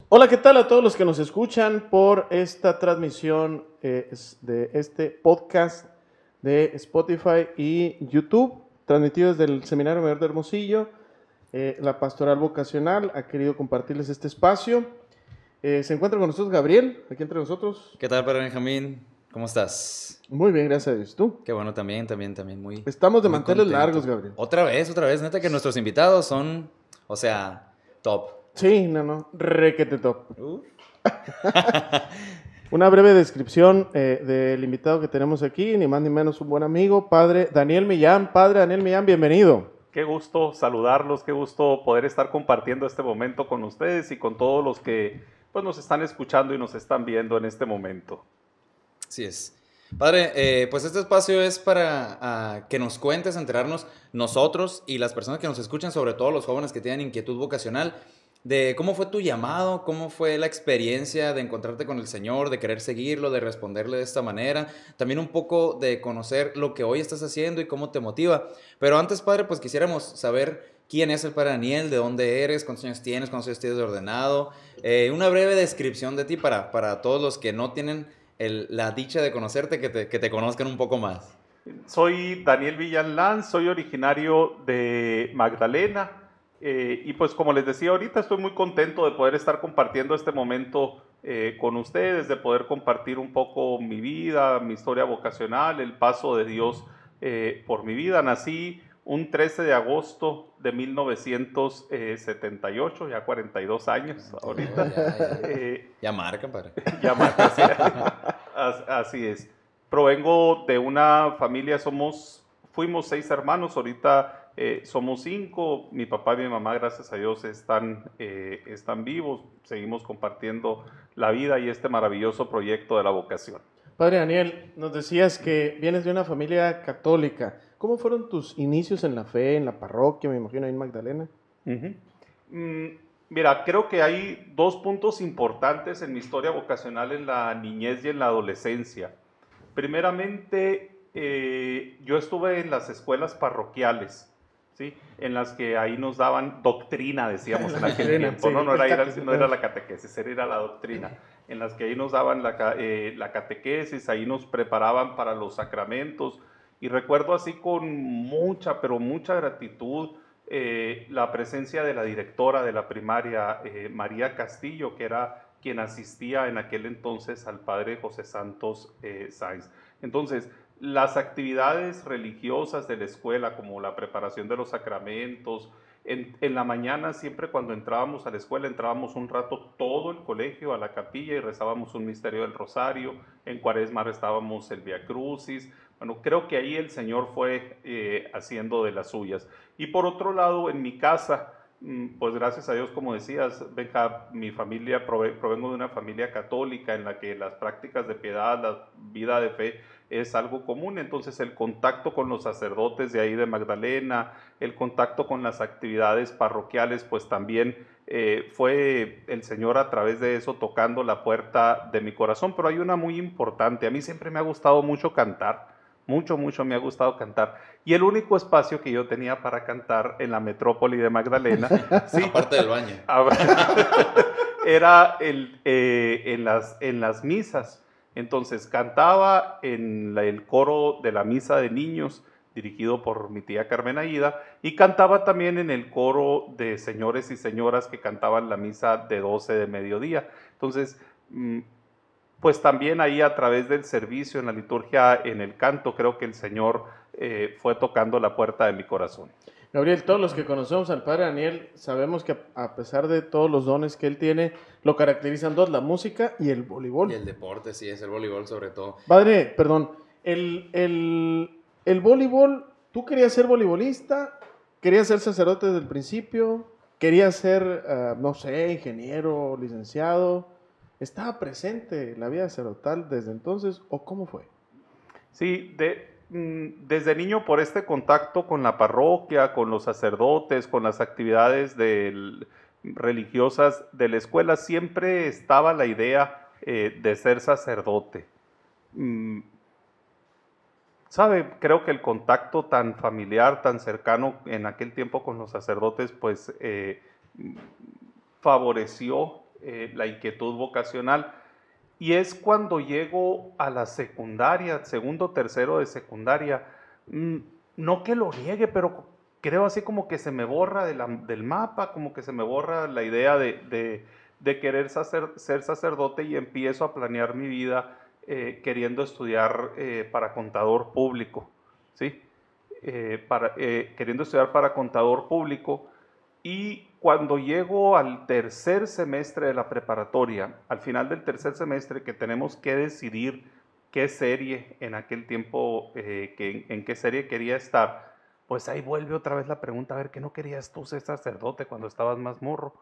Hola, ¿qué tal a todos los que nos escuchan por esta transmisión de este podcast de Spotify y YouTube, transmitido desde el Seminario Mayor de Hermosillo? La Pastoral Vocacional ha querido compartirles este espacio. Se encuentra con nosotros Gabriel, aquí entre nosotros. ¿Qué tal, Padre Benjamín? ¿Cómo estás? Muy bien, gracias a Dios. ¿Tú? Qué bueno, también, muy, Estamos de muy manteles contento. largos, Gabriel. Otra vez, neta que nuestros invitados son, top. Sí, no, requete top. Uh. Una breve descripción del invitado que tenemos aquí, ni más ni menos un buen amigo, Padre Daniel Millán. Padre Daniel Millán, bienvenido. Qué gusto saludarlos, qué gusto poder estar compartiendo este momento con ustedes y con todos los que pues, nos están escuchando y nos están viendo en este momento. Así es. Padre, pues este espacio es para que nos cuentes, enterarnos nosotros y las personas que nos escuchan, sobre todo los jóvenes que tienen inquietud vocacional, de cómo fue tu llamado, cómo fue la experiencia de encontrarte con el Señor, de querer seguirlo, de responderle de esta manera, también un poco de conocer lo que hoy estás haciendo y cómo te motiva. Pero antes, Padre, pues quisiéramos saber quién es el Padre Daniel, de dónde eres, cuántos años tienes de ordenado, una breve descripción de ti para todos los que no tienen la dicha de conocerte, que te conozcan un poco más. Soy Daniel Villalán, soy originario de Magdalena y pues como les decía ahorita estoy muy contento de poder estar compartiendo este momento con ustedes, de poder compartir un poco mi vida, mi historia vocacional, el paso de Dios por mi vida. Nací un 13 de agosto de 1978, ya 42 años ahorita. Ya marca, Padre. Ya marca, así es. Provengo de una familia, fuimos 6 hermanos, ahorita somos 5. Mi papá y mi mamá, gracias a Dios, están vivos. Seguimos compartiendo la vida y este maravilloso proyecto de la vocación. Padre Daniel, nos decías que vienes de una familia católica. ¿Cómo fueron tus inicios en la fe, en la parroquia, me imagino, ahí en Magdalena? Mira, creo que hay 2 puntos importantes en mi historia vocacional en la niñez y en la adolescencia. Primeramente, yo estuve en las escuelas parroquiales, ¿sí? En las que ahí nos daban doctrina, decíamos en aquel tiempo, sí, ¿no? No era la catequesis, era la doctrina. En las que ahí nos daban la catequesis, ahí nos preparaban para los sacramentos. Y recuerdo así con mucha, pero mucha gratitud la presencia de la directora de la primaria, María Castillo, que era quien asistía en aquel entonces al padre José Santos Sáenz. Entonces, las actividades religiosas de la escuela, como la preparación de los sacramentos, en la mañana siempre cuando entrábamos a la escuela, entrábamos un rato todo el colegio a la capilla y rezábamos un misterio del rosario. En Cuaresma rezábamos el Vía Crucis. Bueno, creo que ahí el Señor fue haciendo de las suyas. Y por otro lado, en mi casa, pues gracias a Dios, como decías, Benja, mi familia, provengo de una familia católica en la que las prácticas de piedad, la vida de fe es algo común. Entonces el contacto con los sacerdotes de ahí de Magdalena, el contacto con las actividades parroquiales, pues también fue el Señor a través de eso tocando la puerta de mi corazón. Pero hay una muy importante, a mí siempre me ha gustado mucho cantar. Mucho me ha gustado cantar. Y el único espacio que yo tenía para cantar en la metrópoli de Magdalena, sí, aparte del baño, era en las misas. Entonces cantaba en el coro de la misa de niños, dirigido por mi tía Carmen Aida, y cantaba también en el coro de señores y señoras que cantaban la misa de 12 de mediodía. Entonces, pues también ahí a través del servicio, en la liturgia, en el canto, creo que el Señor fue tocando la puerta de mi corazón. Gabriel, todos los que conocemos al Padre Daniel sabemos que a pesar de todos los dones que él tiene, lo caracterizan dos, la música y el voleibol. Y el deporte, sí, es el voleibol sobre todo. Padre, perdón, el voleibol, ¿tú querías ser voleibolista? ¿Querías ser sacerdote desde el principio? ¿Querías ser, no sé, ingeniero, licenciado? ¿Estaba presente la vida sacerdotal desde entonces o cómo fue? Sí, desde niño por este contacto con la parroquia, con los sacerdotes, con las actividades religiosas de la escuela, siempre estaba la idea de ser sacerdote. ¿Sabe? Creo que el contacto tan familiar, tan cercano en aquel tiempo con los sacerdotes, pues favoreció la inquietud vocacional. Y es cuando llego a la secundaria, segundo, tercero de secundaria, no que lo niegue, pero creo así como que se me borra del mapa, como que se me borra la idea de querer ser sacerdote, y empiezo a planear mi vida queriendo estudiar para contador público, ¿sí? Queriendo estudiar para contador público. Y cuando llego al tercer semestre de la preparatoria, al final del tercer semestre, que tenemos que decidir qué serie en aquel tiempo, en qué serie quería estar, pues ahí vuelve otra vez la pregunta, a ver, ¿qué no querías tú ser sacerdote cuando estabas más morro?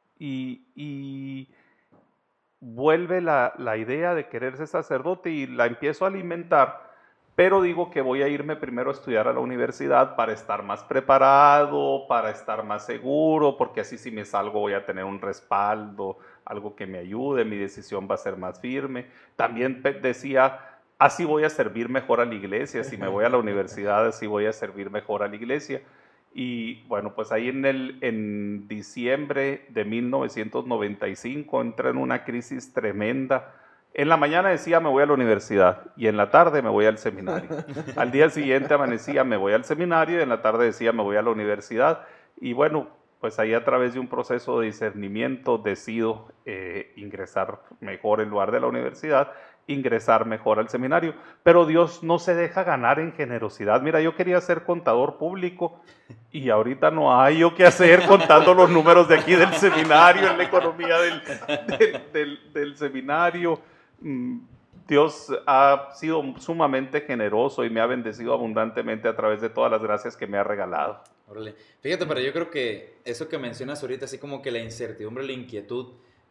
Y vuelve la idea de querer ser sacerdote y la empiezo a alimentar, pero digo que voy a irme primero a estudiar a la universidad para estar más preparado, para estar más seguro, porque así si me salgo voy a tener un respaldo, algo que me ayude, mi decisión va a ser más firme. También decía, así voy a servir mejor a la iglesia, si me voy a la universidad, así voy a servir mejor a la iglesia. Y bueno, pues ahí en diciembre de 1995 entré en una crisis tremenda. En la mañana decía me voy a la universidad y en la tarde me voy al seminario. Al día siguiente amanecía me voy al seminario y en la tarde decía me voy a la universidad. Y bueno, pues ahí a través de un proceso de discernimiento decido ingresar mejor en lugar de la universidad, ingresar mejor al seminario. Pero Dios no se deja ganar en generosidad. Mira, yo quería ser contador público y ahorita no hay yo qué hacer contando los números de aquí del seminario, en la economía del seminario. Dios ha sido sumamente generoso y me ha bendecido abundantemente a través de todas las gracias que me ha regalado. Órale. Fíjate, pero yo creo que eso que mencionas ahorita, así como que la incertidumbre, la inquietud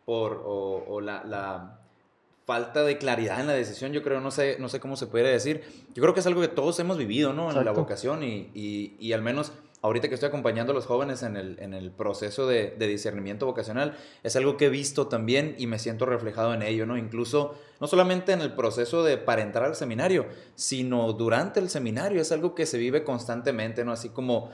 o la falta de claridad en la decisión, yo creo, no sé cómo se puede decir. Yo creo que es algo que todos hemos vivido, ¿no? En la vocación y al menos ahorita que estoy acompañando a los jóvenes en el proceso de discernimiento vocacional, es algo que he visto también y me siento reflejado en ello, ¿no? Incluso, no solamente en el proceso para entrar al seminario, sino durante el seminario, es algo que se vive constantemente, ¿no? Así como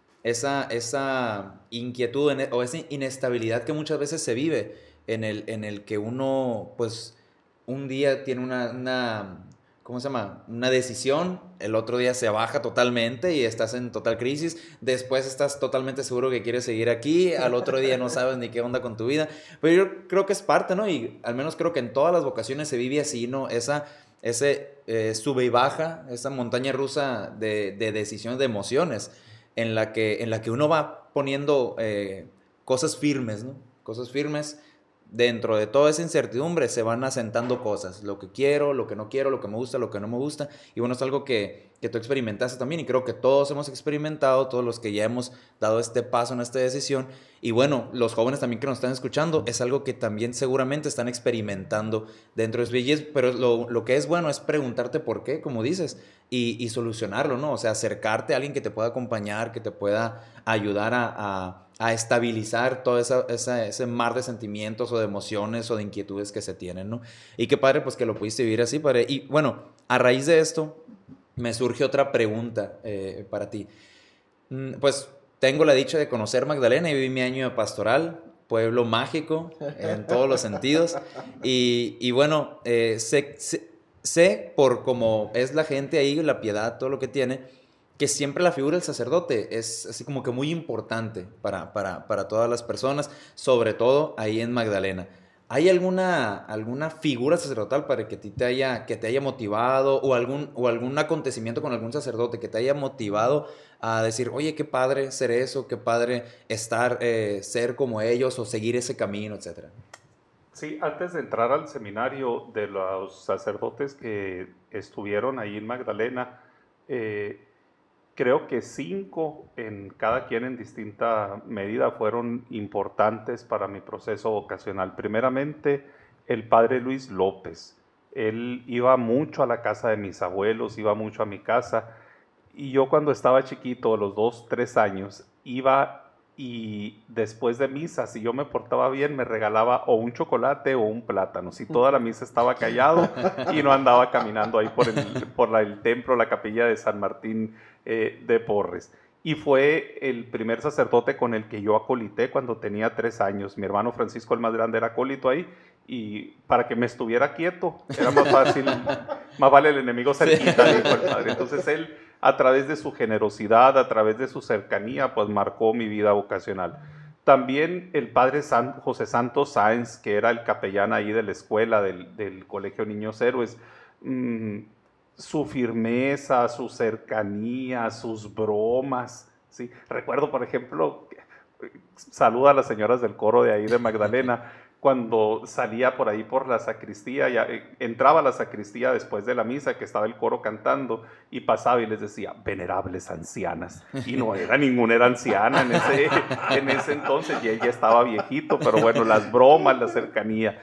esa inquietud o esa inestabilidad que muchas veces se vive en el que uno, pues, un día tiene ¿cómo se llama? Una decisión, el otro día se baja totalmente y estás en total crisis, después estás totalmente seguro que quieres seguir aquí, al otro día no sabes ni qué onda con tu vida, pero yo creo que es parte, ¿no? Y al menos creo que en todas las vocaciones se vive así, ¿no? Ese sube y baja, esa montaña rusa de decisiones, de emociones, en la que uno va poniendo cosas firmes, ¿no? Cosas firmes. Dentro de toda esa incertidumbre se van asentando cosas, lo que quiero, lo que no quiero, lo que me gusta, lo que no me gusta, y bueno, es algo que tú experimentaste también, y creo que todos hemos experimentado, todos los que ya hemos dado este paso en esta decisión, y bueno, los jóvenes también que nos están escuchando, es algo que también seguramente están experimentando dentro de su belleza, pero lo que es bueno es preguntarte por qué, como dices, y solucionarlo, ¿no? O sea, acercarte a alguien que te pueda acompañar, que te pueda ayudar a estabilizar todo ese mar de sentimientos o de emociones o de inquietudes que se tienen, ¿no? Y qué padre, pues, que lo pudiste vivir así, padre. Y bueno, a raíz de esto, me surge otra pregunta para ti. Pues, tengo la dicha de conocer Magdalena y viví mi año de pastoral, pueblo mágico en todos los sentidos. Y bueno, sé por cómo es la gente ahí, la piedad, todo lo que tiene, que siempre la figura del sacerdote es así como que muy importante para todas las personas, sobre todo ahí en Magdalena. ¿Hay alguna figura sacerdotal para que te haya motivado o algún acontecimiento con algún sacerdote que te haya motivado a decir, oye, qué padre ser eso, qué padre estar, ser como ellos o seguir ese camino, etcétera? Sí, antes de entrar al seminario, de los sacerdotes que estuvieron ahí en Magdalena, creo que 5 en cada quien en distinta medida fueron importantes para mi proceso vocacional. Primeramente, el padre Luis López. Él iba mucho a la casa de mis abuelos, iba mucho a mi casa, y yo cuando estaba chiquito, a los 2, 3 años, iba, y después de misa, si yo me portaba bien, me regalaba o un chocolate o un plátano. Si toda la misa estaba callado y no andaba caminando ahí por el templo, la capilla de San Martín de Porres. y fue el primer sacerdote con el que yo acolité cuando tenía 3 años. Mi hermano Francisco, el más grande, era acólito ahí, y para que me estuviera quieto era más fácil, más vale el enemigo cerquita, dijo el padre. Entonces él, a través de su generosidad, a través de su cercanía, pues marcó mi vida vocacional. También el padre José Santos Sáenz, que era el capellán ahí de la escuela del Colegio Niños Héroes, su firmeza, su cercanía, sus bromas, ¿sí? Recuerdo, por ejemplo, saluda a las señoras del coro de ahí de Magdalena, cuando salía por ahí por la sacristía, ya, entraba a la sacristía después de la misa, que estaba el coro cantando, y pasaba y les decía, venerables ancianas, y no era ninguna, era anciana en ese entonces, y ella estaba viejito, pero bueno, las bromas, la cercanía.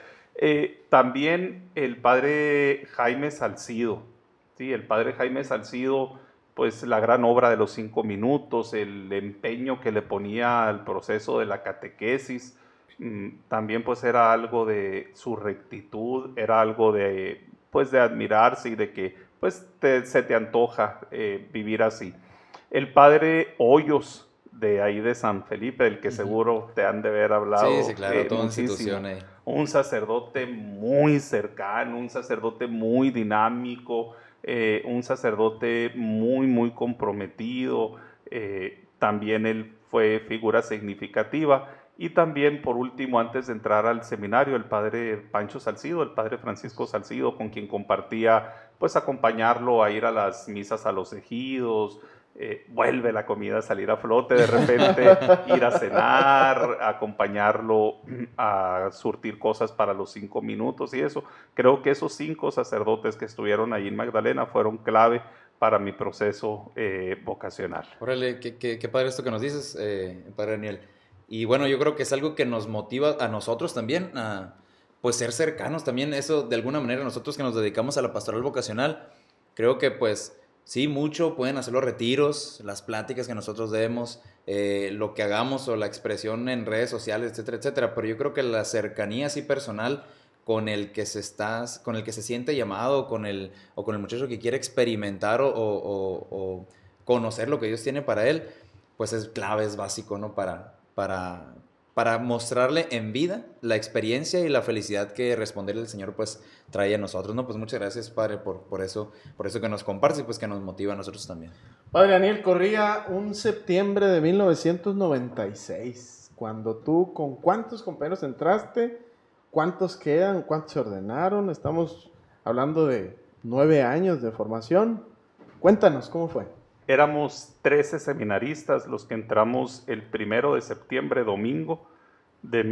También el padre Jaime Salcido, ¿sí? El padre Jaime Salcido, pues la gran obra de los 5 minutos, el empeño que le ponía al proceso de la catequesis, también pues era algo de su rectitud, era algo de, pues de admirarse y de que pues se te antoja vivir así. El padre Hoyos, de ahí de San Felipe, del que seguro te han de haber hablado. Sí, claro, toda muchísimo. institución ahí. Un sacerdote muy cercano, un sacerdote muy dinámico, un sacerdote muy, muy comprometido. También él fue figura significativa. Y también, por último, antes de entrar al seminario, el padre Pancho Salcido, el padre Francisco Salcido, con quien compartía, pues, acompañarlo a ir a las misas a los ejidos, vuelve la comida a salir a flote de repente, ir a cenar, acompañarlo a surtir cosas para los 5 minutos y eso. Creo que esos 5 sacerdotes que estuvieron ahí en Magdalena fueron clave para mi proceso vocacional. Órale, qué padre esto que nos dices, padre Daniel. Y bueno, yo creo que es algo que nos motiva a nosotros también, a pues ser cercanos también. Eso, de alguna manera, nosotros que nos dedicamos a la pastoral vocacional, creo que pues sí, mucho pueden hacer los retiros, las pláticas que nosotros demos, lo que hagamos o la expresión en redes sociales, etcétera, etcétera. Pero yo creo que la cercanía así personal con el que con el que se siente llamado, o con el muchacho que quiere experimentar o conocer lo que Dios tiene para él, pues es clave, es básico, ¿no? Para mostrarle en vida la experiencia y la felicidad que responderle al Señor pues trae a nosotros, ¿no? Pues muchas gracias, Padre, por eso que nos compartes y pues que nos motiva a nosotros también. Padre Daniel, corría un septiembre de 1996, cuando tú, ¿con cuántos compañeros entraste? ¿Cuántos quedan? ¿Cuántos se ordenaron? Estamos hablando de 9 años de formación. Cuéntanos, ¿cómo fue? Éramos 13 seminaristas los que entramos el 1 de septiembre, domingo de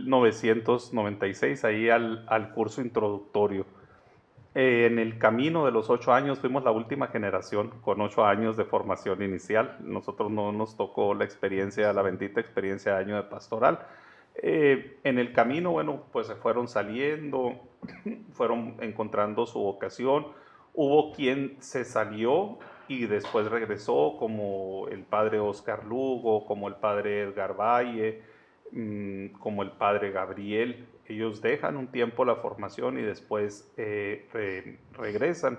1996, ahí al curso introductorio. En el camino de los 8 años fuimos la última generación con 8 años de formación inicial. Nosotros no nos tocó la bendita experiencia de año de pastoral. En el camino, bueno, pues se fueron saliendo, fueron encontrando su vocación. Hubo quien se salió y después regresó, como el padre Oscar Lugo, como el padre Edgar Valle, como el padre Gabriel. Ellos dejan un tiempo la formación y después regresan.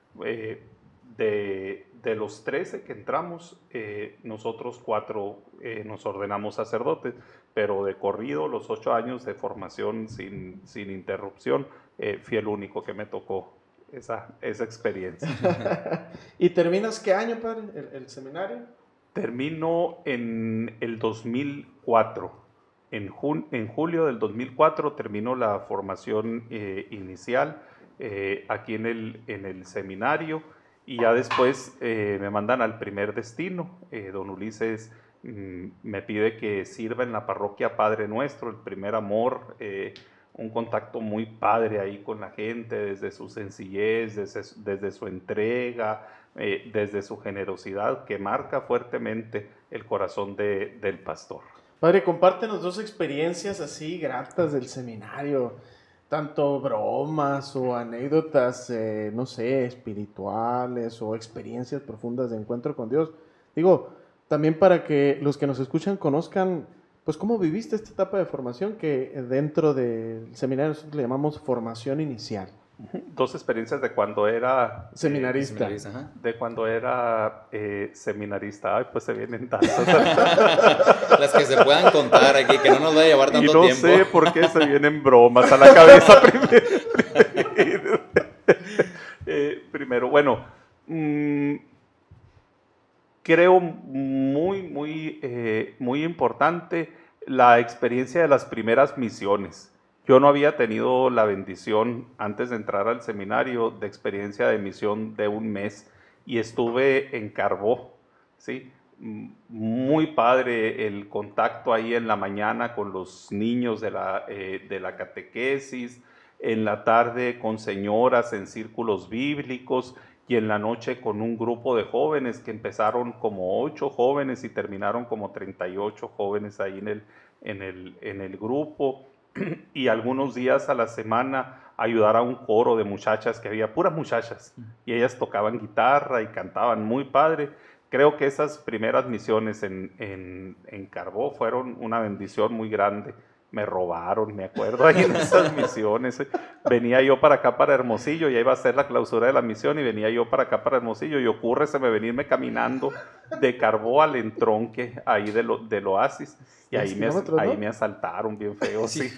De los 13 que entramos, nosotros 4 nos ordenamos sacerdotes, pero de corrido los 8 años de formación sin interrupción, fui el único que me tocó esa experiencia. ¿Y terminas qué año, padre, el seminario? Termino en el 2004. En julio del 2004 termino la formación inicial aquí en el seminario, y ya después me mandan al primer destino. Don Ulises me pide que sirva en la parroquia Padre Nuestro, el primer amor, un contacto muy padre ahí con la gente, desde su sencillez, desde su entrega, desde su generosidad, que marca fuertemente el corazón del pastor. Padre, compártenos 2 experiencias así gratas del seminario, tanto bromas o anécdotas, no sé, espirituales o experiencias profundas de encuentro con Dios. Digo, también para que los que nos escuchan conozcan, pues, cómo viviste esta etapa de formación que dentro del seminario nosotros le llamamos formación inicial. Dos experiencias de cuando era Seminarista. Ajá. de cuando era seminarista. Ay, pues se vienen tantas. Las que se puedan contar aquí, que no nos va a llevar Y tanto no tiempo. sé por qué se vienen bromas a la cabeza primero. Bueno, creo muy importante la experiencia de las primeras misiones. Yo no había tenido la bendición antes de entrar al seminario de experiencia de misión de un mes y estuve en Carbó, ¿sí? Muy padre el contacto ahí en la mañana con los niños de la catequesis, en la tarde con señoras en círculos bíblicos y en la noche con un grupo de jóvenes que empezaron como 8 jóvenes y terminaron como 38 jóvenes ahí en el grupo, y algunos días a la semana ayudar a un coro de muchachas que había, puras muchachas, y ellas tocaban guitarra y cantaban muy padre. Creo que esas primeras misiones en Carbó fueron una bendición muy grande. Me robaron, me acuerdo, ahí en esas misiones. Venía yo para acá, para Hermosillo, ya iba a ser la clausura de la misión y venía yo para acá, para Hermosillo, y ocurreseme venirme caminando de Carbó al entronque ahí del Oasis, y ahí me asaltaron bien feo, sí.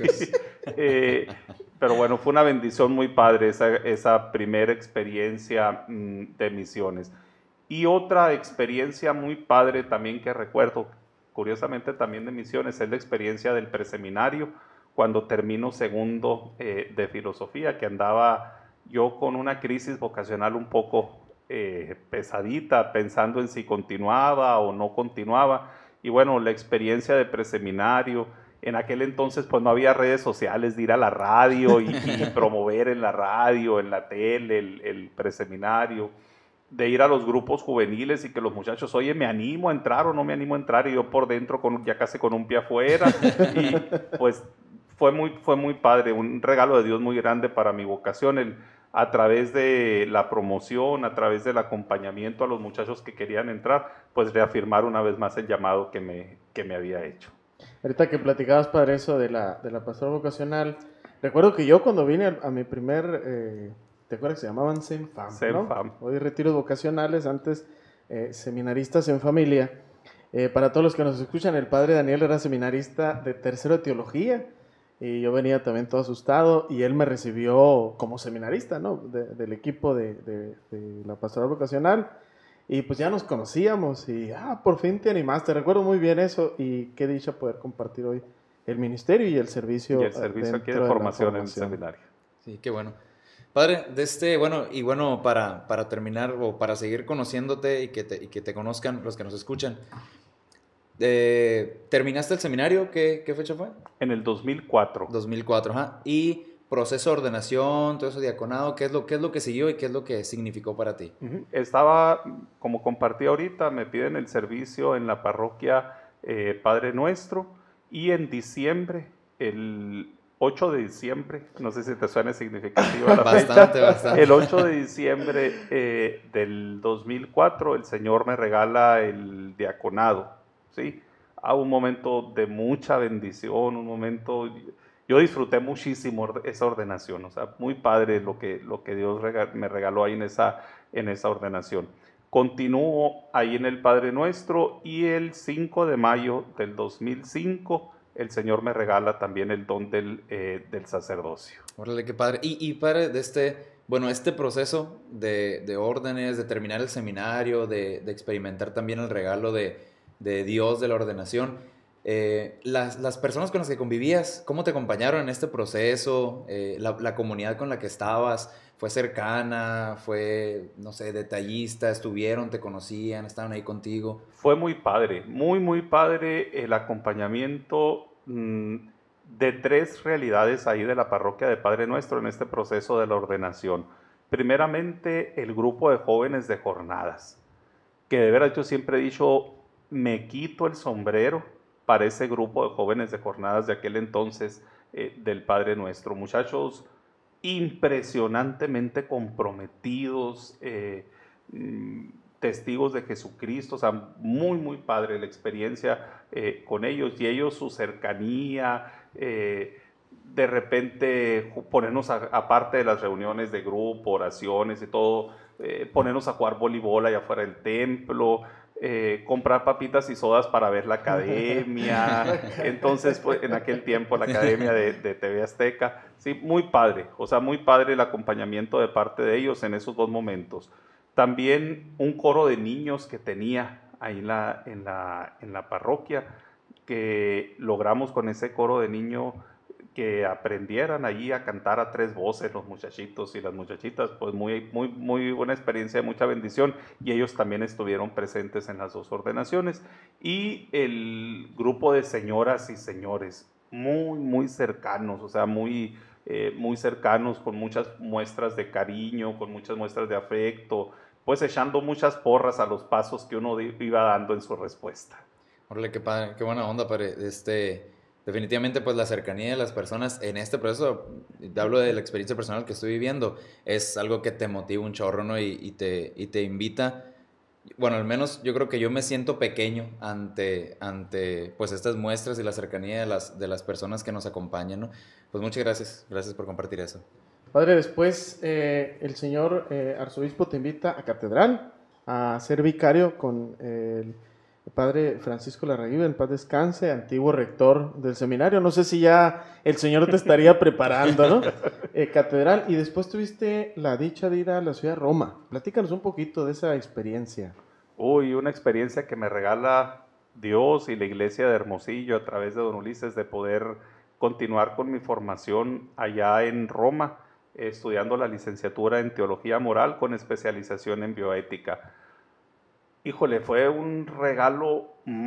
Pero bueno, fue una bendición muy padre esa primera experiencia de misiones. Y otra experiencia muy padre también que recuerdo, curiosamente también de misiones, es la experiencia del preseminario, cuando termino segundo de filosofía, que andaba yo con una crisis vocacional un poco pesadita, pensando en si continuaba o no continuaba. Y bueno, la experiencia de preseminario, en aquel entonces pues no había redes sociales de ir a la radio y promover en la radio, en la tele, el preseminario, de ir a los grupos juveniles y que los muchachos, oye, ¿me animo a entrar o no me animo a entrar? Y yo por dentro ya casi con un pie afuera. Y pues fue muy padre, un regalo de Dios muy grande para mi vocación, a través de la promoción, a través del acompañamiento a los muchachos que querían entrar, pues reafirmar una vez más el llamado que me había hecho. Ahorita que platicabas, padre, eso de la pastoral vocacional, recuerdo que yo cuando vine a mi primer, ¿te acuerdas que se llamaban CENFAM? CENFAM. ¿No? Hoy retiros vocacionales, antes seminaristas en familia. Para todos los que nos escuchan, el padre Daniel era seminarista de tercero de teología y yo venía también todo asustado y él me recibió como seminarista, ¿no? Del equipo de la pastoral vocacional. Y pues ya nos conocíamos y, por fin te animaste. Recuerdo muy bien eso y qué dicha poder compartir hoy el ministerio y el servicio. Y el servicio aquí de formación en el seminario. Sí, qué bueno. Padre, bueno, para terminar o para seguir conociéndote y que te conozcan los que nos escuchan, ¿terminaste el seminario? ¿Qué fecha fue? En el 2004. 2004, ajá. Y proceso de ordenación, todo eso, diaconado, ¿qué es lo que siguió y qué es lo que significó para ti? Estaba, como compartí ahorita, me piden el servicio en la parroquia Padre Nuestro, y en diciembre, el 8 de diciembre, no sé si te suena significativa la bastante, fecha, bastante. el 8 de diciembre del 2004, el Señor me regala el diaconado, ¿sí? A un momento de mucha bendición, un momento... Yo disfruté muchísimo esa ordenación, o sea, muy padre lo que Dios me regaló ahí en esa ordenación. Continúo ahí en el Padre Nuestro, y el 5 de mayo del 2005 el Señor me regala también el don del sacerdocio. Órale, qué padre. Y padre, de este proceso de órdenes, de terminar el seminario, de experimentar también el regalo de Dios, de la ordenación, las personas con las que convivías, ¿cómo te acompañaron en este proceso? La comunidad con la que estabas, ¿fue cercana? ¿Fue, no sé, detallista? ¿Estuvieron, te conocían, estaban ahí contigo? Fue muy padre, muy padre el acompañamiento de 3 realidades ahí de la parroquia de Padre Nuestro en este proceso de la ordenación. Primeramente, el grupo de jóvenes de jornadas, que de veras yo siempre he dicho, me quito el sombrero para ese grupo de jóvenes de jornadas de aquel entonces del Padre Nuestro. Muchachos impresionantemente comprometidos, testigos de Jesucristo, o sea, muy padre la experiencia con ellos, y ellos su cercanía, de repente ponernos aparte de las reuniones de grupo, oraciones y todo, ponernos a jugar voleibol allá afuera del templo, comprar papitas y sodas para ver la academia. Entonces, pues, en aquel tiempo la academia de TV Azteca, sí, muy padre, o sea, muy padre el acompañamiento de parte de ellos en esos 2 momentos. También un coro de niños que tenía ahí en la parroquia, que logramos con ese coro de niños que aprendieran allí a cantar a 3 voces los muchachitos y las muchachitas, pues muy, muy, muy buena experiencia, mucha bendición, y ellos también estuvieron presentes en las 2 ordenaciones. Y el grupo de señoras y señores, muy, muy cercanos, o sea, muy cercanos, con muchas muestras de cariño, con muchas muestras de afecto, pues echando muchas porras a los pasos que uno iba dando en su respuesta. Órale, qué padre, qué buena onda, padre. Definitivamente, pues la cercanía de las personas en este proceso, te hablo de la experiencia personal que estoy viviendo, es algo que te motiva un chorro, ¿no? Y te invita. Bueno, al menos yo creo que yo me siento pequeño ante pues estas muestras y la cercanía de las personas que nos acompañan, ¿no? Pues muchas gracias, gracias por compartir eso. Padre, después el señor arzobispo te invita a catedral a ser vicario con el padre Francisco Larraguibia, en paz descanse, antiguo rector del seminario. No sé si ya el señor te estaría preparando, ¿no? Catedral, y después tuviste la dicha de ir a la ciudad de Roma. Platícanos un poquito de esa experiencia. Uy, una experiencia que me regala Dios y la iglesia de Hermosillo a través de don Ulises, de poder continuar con mi formación allá en Roma, estudiando la licenciatura en teología moral con especialización en bioética. Híjole, fue un regalo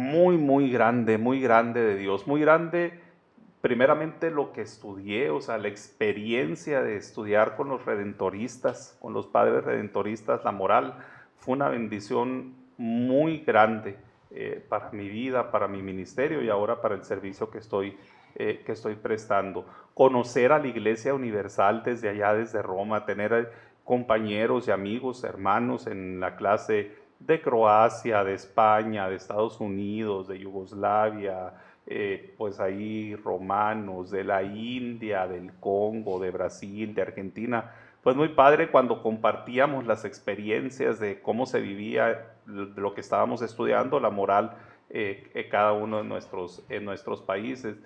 muy grande de Dios, muy grande. Primeramente lo que estudié, o sea, la experiencia de estudiar con los redentoristas, con los padres redentoristas, la moral, fue una bendición muy grande para mi vida, para mi ministerio y ahora para el servicio que estoy prestando. Conocer a la Iglesia Universal desde allá, desde Roma, tener compañeros y amigos, hermanos en la clase de Croacia, de España, de Estados Unidos, de Yugoslavia, pues ahí romanos, de la India, del Congo, de Brasil, de Argentina. Pues muy padre cuando compartíamos las experiencias de cómo se vivía lo que estábamos estudiando, la moral, cada uno en nuestros países.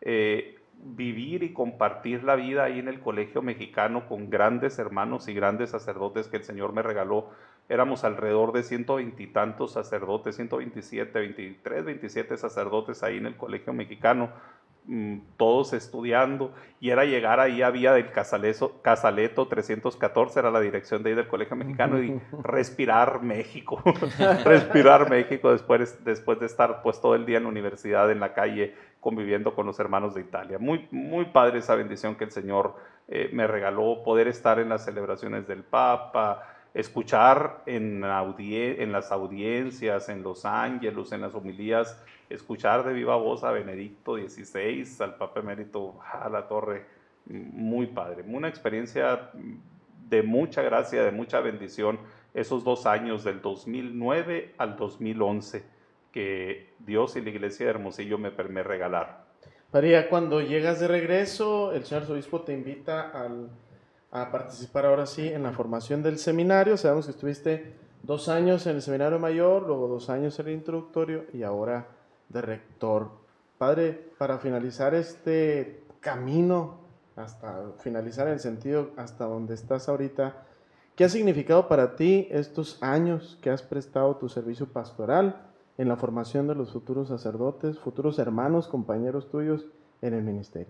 Vivir y compartir la vida ahí en el colegio mexicano con grandes hermanos y grandes sacerdotes que el Señor me regaló. Éramos alrededor de 120 y tantos sacerdotes, 127, 23, 27 sacerdotes ahí en el colegio mexicano, todos estudiando, y era llegar ahí, había del Casaleto 314, era la dirección de ahí del colegio mexicano, y respirar México, respirar México después de estar pues todo el día en la universidad, en la calle, conviviendo con los hermanos de Italia. Muy, muy padre esa bendición que el Señor me regaló, poder estar en las celebraciones del Papa, escuchar en las audiencias, en los ángelos, en las homilías, escuchar de viva voz a Benedicto XVI, al Papa Emérito, a la torre, muy padre. Una experiencia de mucha gracia, de mucha bendición, esos 2 años, del 2009 al 2011, que Dios y la iglesia de Hermosillo me regalaron. María, cuando llegas de regreso, el señor arzobispo te invita a participar ahora sí en la formación del seminario. Sabemos que estuviste 2 años en el seminario mayor, luego 2 años en el introductorio y ahora de rector. Padre, para finalizar este camino, hasta finalizar en el sentido hasta donde estás ahorita, ¿qué ha significado para ti estos años que has prestado tu servicio pastoral en la formación de los futuros sacerdotes, futuros hermanos, compañeros tuyos en el ministerio?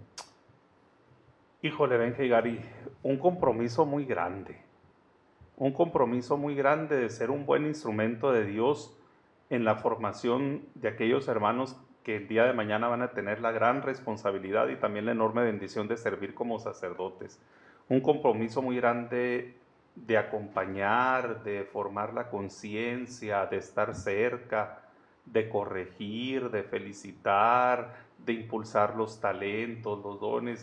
Híjole, Benja y Gary, un compromiso muy grande de ser un buen instrumento de Dios en la formación de aquellos hermanos que el día de mañana van a tener la gran responsabilidad y también la enorme bendición de servir como sacerdotes. Un compromiso muy grande de acompañar, de formar la conciencia, de estar cerca, de corregir, de felicitar, de impulsar los talentos, los dones.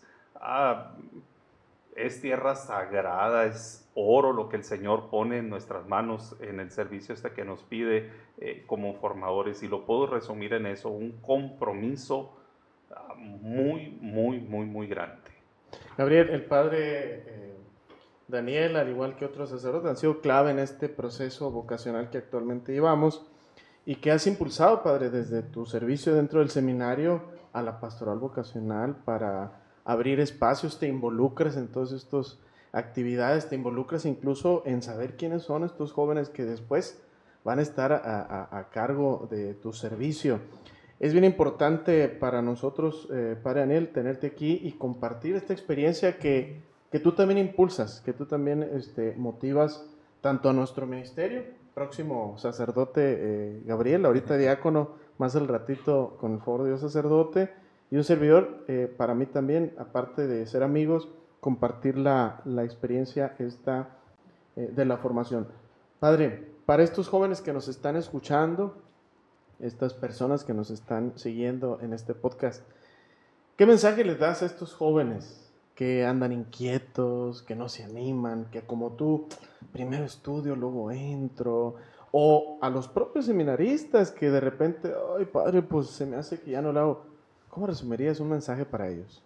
Es tierra sagrada, es oro lo que el Señor pone en nuestras manos en el servicio que nos pide como formadores, y lo puedo resumir en eso: un compromiso muy, muy, muy grande. Gabriel, el padre Daniel, al igual que otros sacerdotes, han sido clave en este proceso vocacional que actualmente llevamos y que has impulsado, padre, desde tu servicio dentro del seminario a la pastoral vocacional para abrir espacios, te involucras en todas estas actividades, te involucras incluso en saber quiénes son estos jóvenes que después van a estar a cargo de tu servicio. Es bien importante para nosotros, padre Daniel, tenerte aquí y compartir esta experiencia que tú también impulsas, que tú también motivas tanto a nuestro ministerio, próximo sacerdote Gabriel, ahorita diácono, más al ratito con el favor de Dios sacerdote, y un servidor, para mí también, aparte de ser amigos, compartir la experiencia esta de la formación. Padre, para estos jóvenes que nos están escuchando, estas personas que nos están siguiendo en este podcast, ¿qué mensaje les das a estos jóvenes que andan inquietos, que no se animan, que como tú, primero estudio, luego entro, o a los propios seminaristas que de repente, ay padre, pues se me hace que ya no lo hago? ¿Cómo resumirías un mensaje para ellos?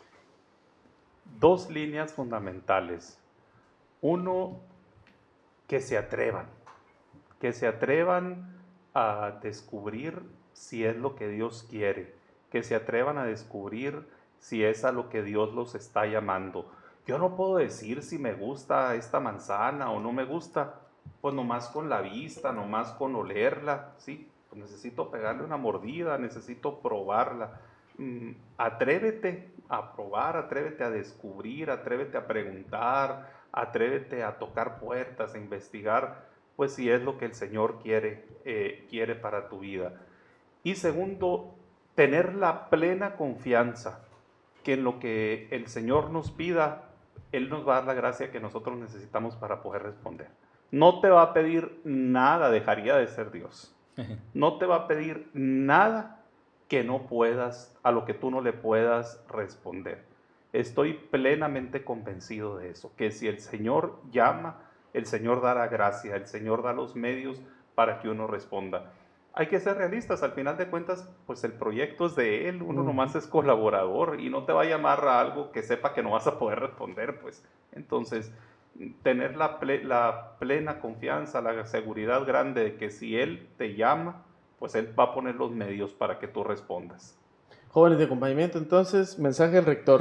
2 líneas fundamentales. Uno, que se atrevan a descubrir si es lo que Dios quiere, que se atrevan a descubrir si es a lo que Dios los está llamando. Yo no puedo decir si me gusta esta manzana o no me gusta, pues nomás con la vista, nomás con olerla, sí, pues necesito pegarle una mordida, necesito probarla. Atrévete a probar, atrévete a descubrir, atrévete a preguntar, atrévete a tocar puertas, a investigar, pues si es lo que el Señor quiere para tu vida. Y segundo, tener la plena confianza que en lo que el Señor nos pida, Él nos va a dar la gracia que nosotros necesitamos para poder responder. No te va a pedir nada, dejaría de ser Dios. No te va a pedir nada que no puedas, a lo que tú no le puedas responder. Estoy plenamente convencido de eso, que si el Señor llama, el Señor da la gracia, el Señor da los medios para que uno responda. Hay que ser realistas, al final de cuentas, pues el proyecto es de Él, uno nomás es colaborador y no te va a llamar a algo que sepa que no vas a poder responder, pues. Entonces, tener la plena confianza, la seguridad grande de que si Él te llama, pues Él va a poner los medios para que tú respondas. Jóvenes de acompañamiento, entonces, mensaje al rector.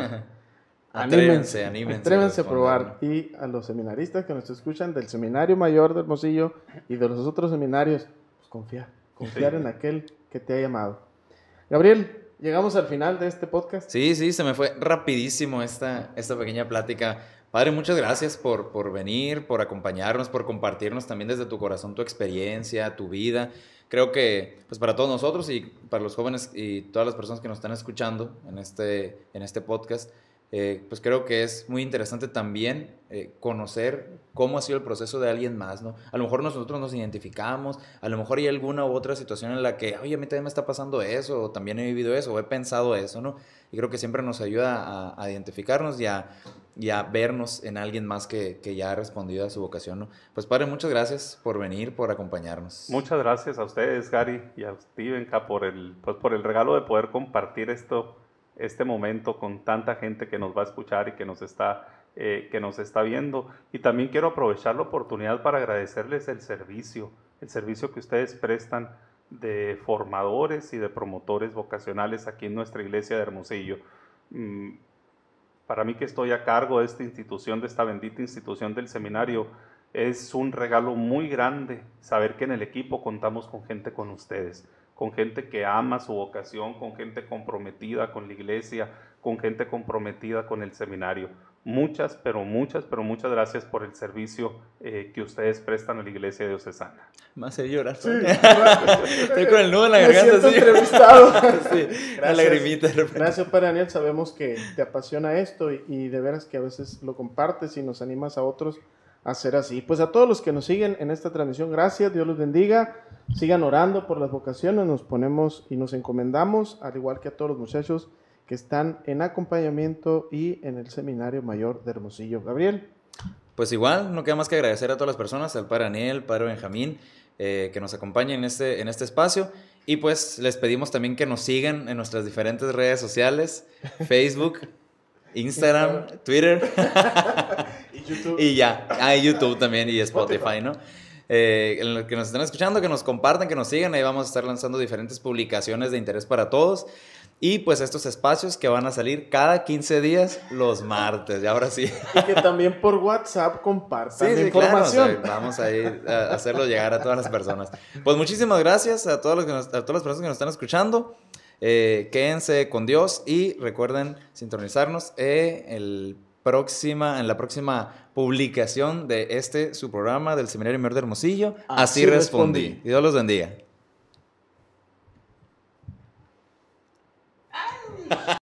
Anímense a probar. Y a los seminaristas que nos escuchan del Seminario Mayor de Hermosillo y de los otros seminarios, pues confiar sí, en aquel que te ha llamado. Gabriel, llegamos al final de este podcast. Sí, se me fue rapidísimo esta pequeña plática. Padre, muchas gracias por venir, por acompañarnos, por compartirnos también desde tu corazón tu experiencia, tu vida. Creo que pues para todos nosotros y para los jóvenes y todas las personas que nos están escuchando en este podcast, pues creo que es muy interesante también conocer cómo ha sido el proceso de alguien más, ¿no? A lo mejor nosotros nos identificamos, a lo mejor hay alguna u otra situación en la que, oye, a mí también me está pasando eso, o también he vivido eso, o he pensado eso, ¿no? Y creo que siempre nos ayuda a identificarnos y a vernos en alguien más que ya ha respondido a su vocación, ¿no? Pues padre, muchas gracias por venir, por acompañarnos. Muchas gracias a ustedes, Gary, y a Stevenka por el regalo de poder compartir este momento con tanta gente que nos va a escuchar y que nos está viendo. Y también quiero aprovechar la oportunidad para agradecerles el servicio que ustedes prestan de formadores y de promotores vocacionales aquí en nuestra iglesia de Hermosillo. Para mí, que estoy a cargo de esta institución, de esta bendita institución del seminario, es un regalo muy grande saber que en el equipo contamos con gente con ustedes, con gente que ama su vocación, con gente comprometida con la iglesia, con gente comprometida con el seminario. Muchas gracias por el servicio que ustedes prestan a la iglesia diocesana. Me hace llorar. Sí, estoy con el nudo en la garganta. Me entrevistado. Sí, una lagrimita. Gracias, Padre Daniel. Sabemos que te apasiona esto y de veras que a veces lo compartes y nos animas a otros a hacer así. Pues a todos los que nos siguen en esta transmisión, gracias, Dios los bendiga. Sigan orando por las vocaciones, nos ponemos y nos encomendamos, al igual que a todos los muchachos que están en acompañamiento y en el Seminario Mayor de Hermosillo. Gabriel. Pues igual, no queda más que agradecer a todas las personas, al Padre Daniel, al Padre Benjamín, que nos acompañen en este espacio. Y pues les pedimos también que nos sigan en nuestras diferentes redes sociales, Facebook, Instagram, Twitter Y YouTube. y ya. Ah, y YouTube también y Spotify, ¿no? En lo que nos estén escuchando, que nos compartan, que nos sigan. Ahí vamos a estar lanzando diferentes publicaciones de interés para todos. Y pues estos espacios que van a salir cada 15 días los martes. Y ahora sí. Y que también por WhatsApp compartan la Claro, información. o sea, vamos a ir a hacerlo llegar a todas las personas. Pues muchísimas gracias a todas las personas que nos están escuchando. Quédense con Dios y recuerden sintonizarnos en la próxima publicación de su programa del Seminario Mayor de Hermosillo. Así respondí. Dios los bendiga.